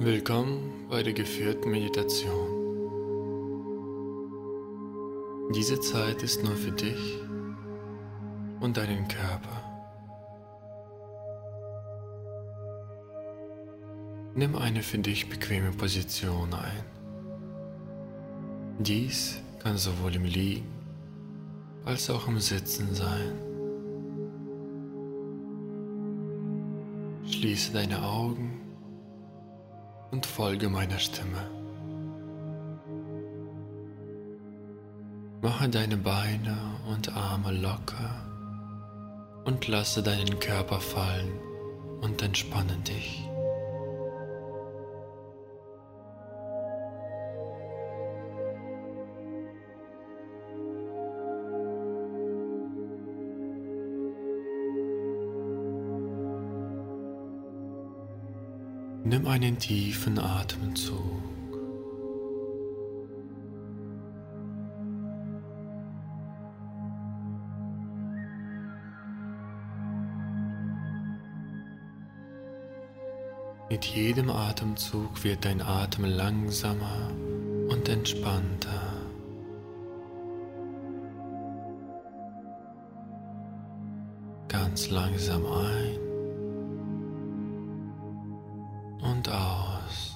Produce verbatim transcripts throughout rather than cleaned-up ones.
Willkommen bei der geführten Meditation. Diese Zeit ist nur für dich und deinen Körper. Nimm eine für dich bequeme Position ein. Dies kann sowohl im Liegen als auch im Sitzen sein. Schließe deine Augen und folge meiner Stimme. Mache deine Beine und Arme locker und lasse deinen Körper fallen und entspanne dich. Nimm einen tiefen Atemzug. Mit jedem Atemzug wird dein Atem langsamer und entspannter. Ganz langsam ein und aus.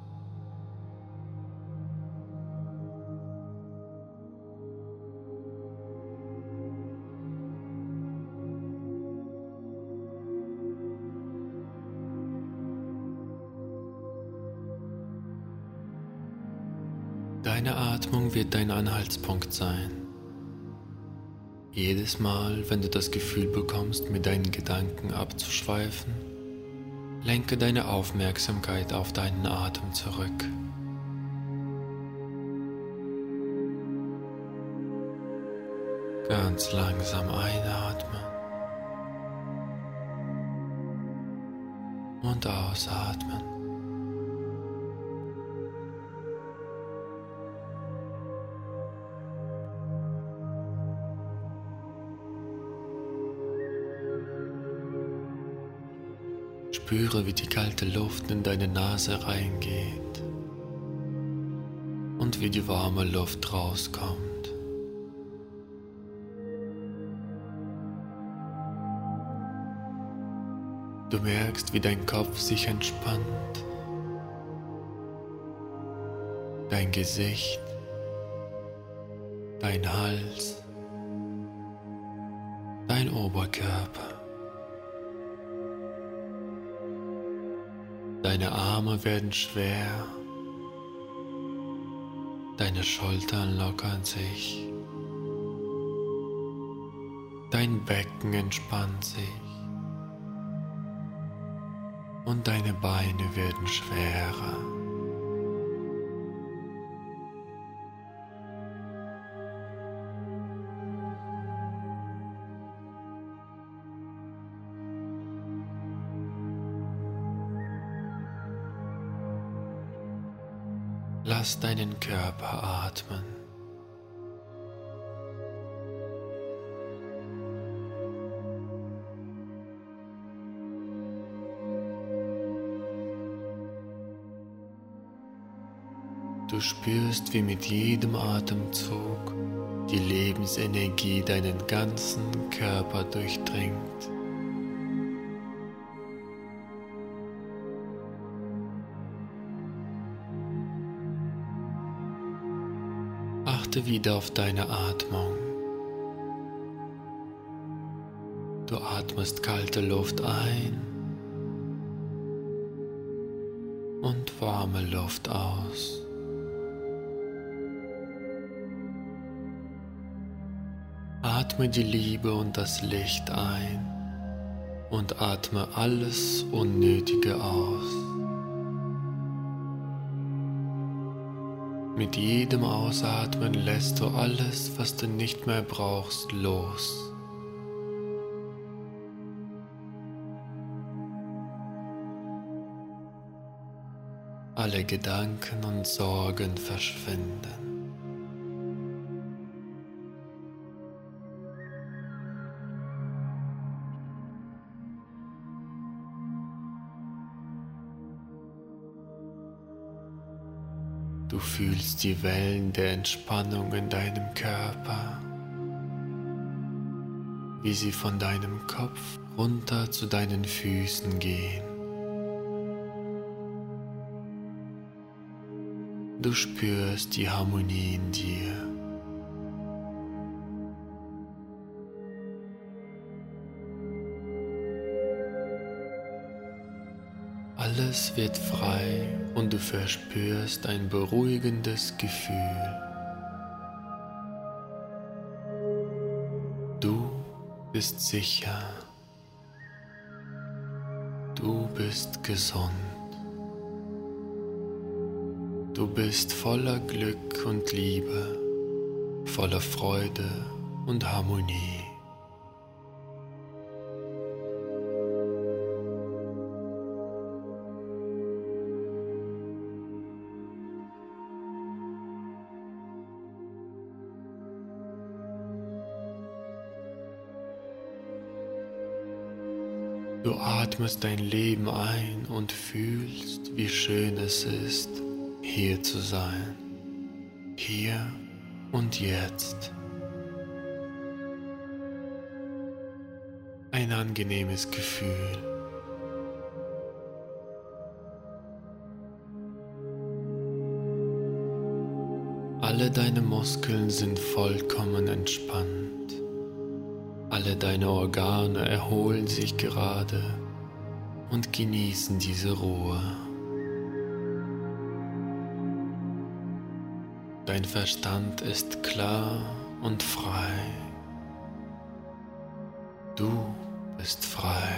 Deine Atmung wird dein Anhaltspunkt sein. Jedes Mal, wenn du das Gefühl bekommst, mit deinen Gedanken abzuschweifen, lenke deine Aufmerksamkeit auf deinen Atem zurück. Ganz langsam einatmen und ausatmen. Spüre, wie die kalte Luft in deine Nase reingeht und wie die warme Luft rauskommt. Du merkst, wie dein Kopf sich entspannt, dein Gesicht, dein Hals, dein Oberkörper. Deine Arme werden schwer, deine Schultern lockern sich, dein Becken entspannt sich und deine Beine werden schwerer. Lass deinen Körper atmen. Du spürst, wie mit jedem Atemzug die Lebensenergie deinen ganzen Körper durchdringt. Achte wieder auf deine Atmung. Du atmest kalte Luft ein und warme Luft aus. Atme die Liebe und das Licht ein und atme alles Unnötige aus. Mit jedem Ausatmen lässt du alles, was du nicht mehr brauchst, los. Alle Gedanken und Sorgen verschwinden. Du fühlst die Wellen der Entspannung in deinem Körper, wie sie von deinem Kopf runter zu deinen Füßen gehen. Du spürst die Harmonie in dir. Alles wird frei und du verspürst ein beruhigendes Gefühl. Du bist sicher. Du bist gesund. Du bist voller Glück und Liebe, voller Freude und Harmonie. Du atmest dein Leben ein und fühlst, wie schön es ist, hier zu sein, hier und jetzt. Ein angenehmes Gefühl. Alle deine Muskeln sind vollkommen entspannt. Alle deine Organe erholen sich gerade und genießen diese Ruhe. Dein Verstand ist klar und frei. Du bist frei.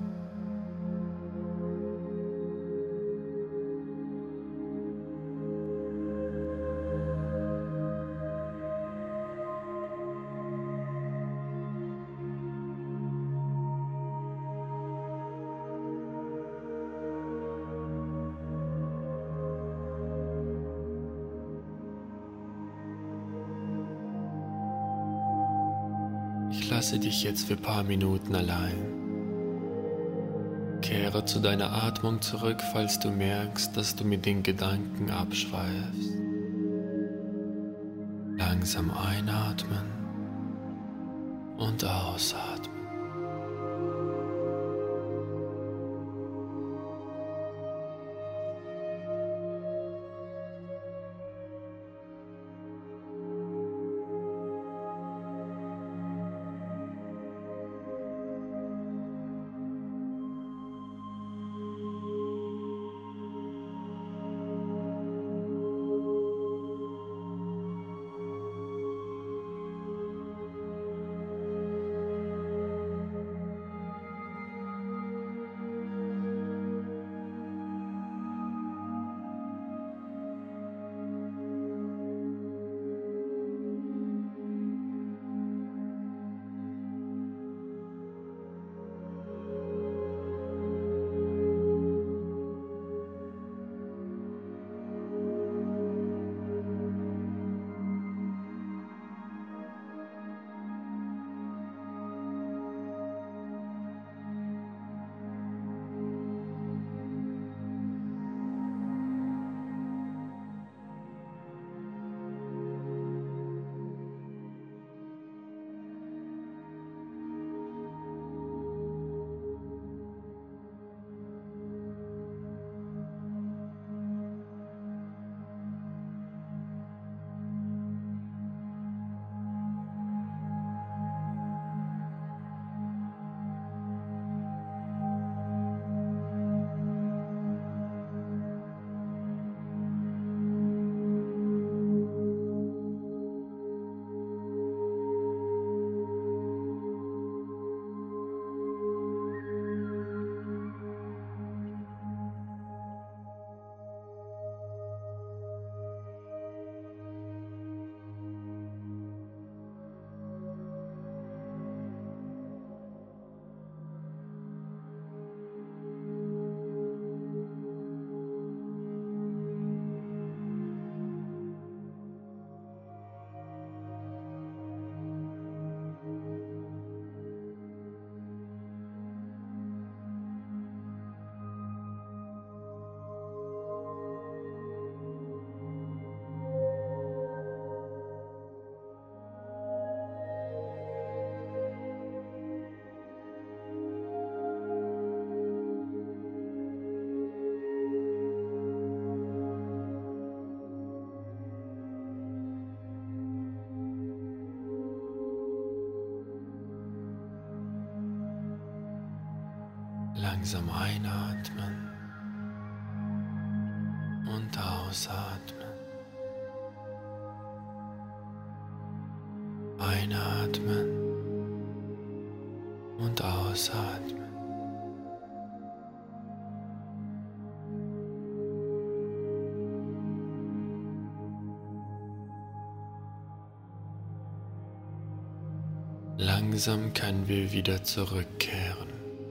Ich lasse dich jetzt für ein paar Minuten allein. Kehre zu deiner Atmung zurück, falls du merkst, dass du mit den Gedanken abschweifst. Langsam einatmen und ausatmen. langsam einatmen und ausatmen. Einatmen und ausatmen. Langsam können wir wieder zurückkehren.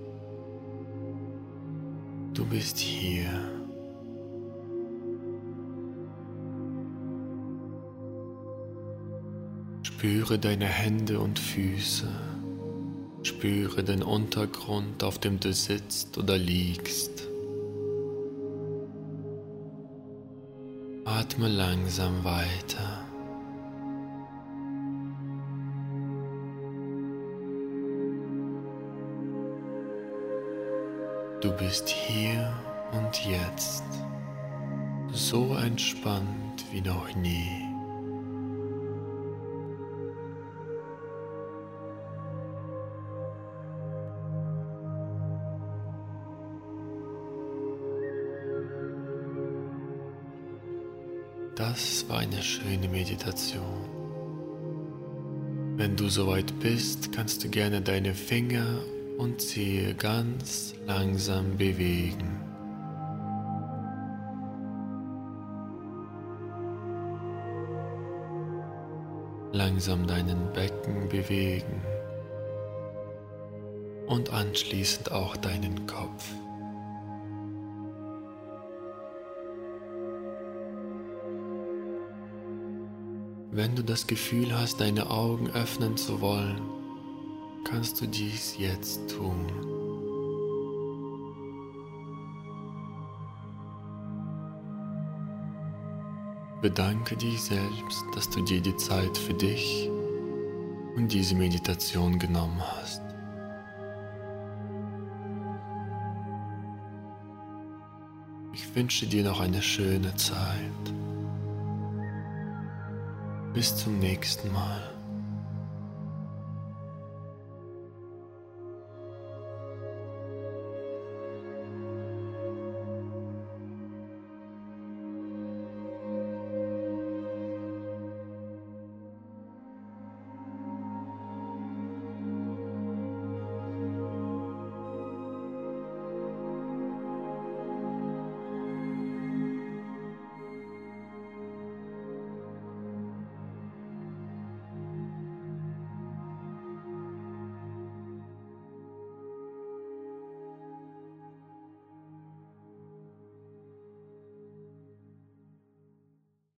Du bist hier. Spüre deine Hände und Füße. Spüre den Untergrund, auf dem du sitzt oder liegst. Atme langsam weiter. Du bist hier und jetzt, so entspannt wie noch nie. Das war eine schöne Meditation. Wenn du soweit bist, kannst du gerne deine Finger und Zehe ganz langsam bewegen. Langsam deinen Becken bewegen und anschließend auch deinen Kopf. Wenn du das Gefühl hast, deine Augen öffnen zu wollen, kannst du dies jetzt tun. Bedanke dich selbst, dass du dir die Zeit für dich und diese Meditation genommen hast. Ich wünsche dir noch eine schöne Zeit. Bis zum nächsten Mal.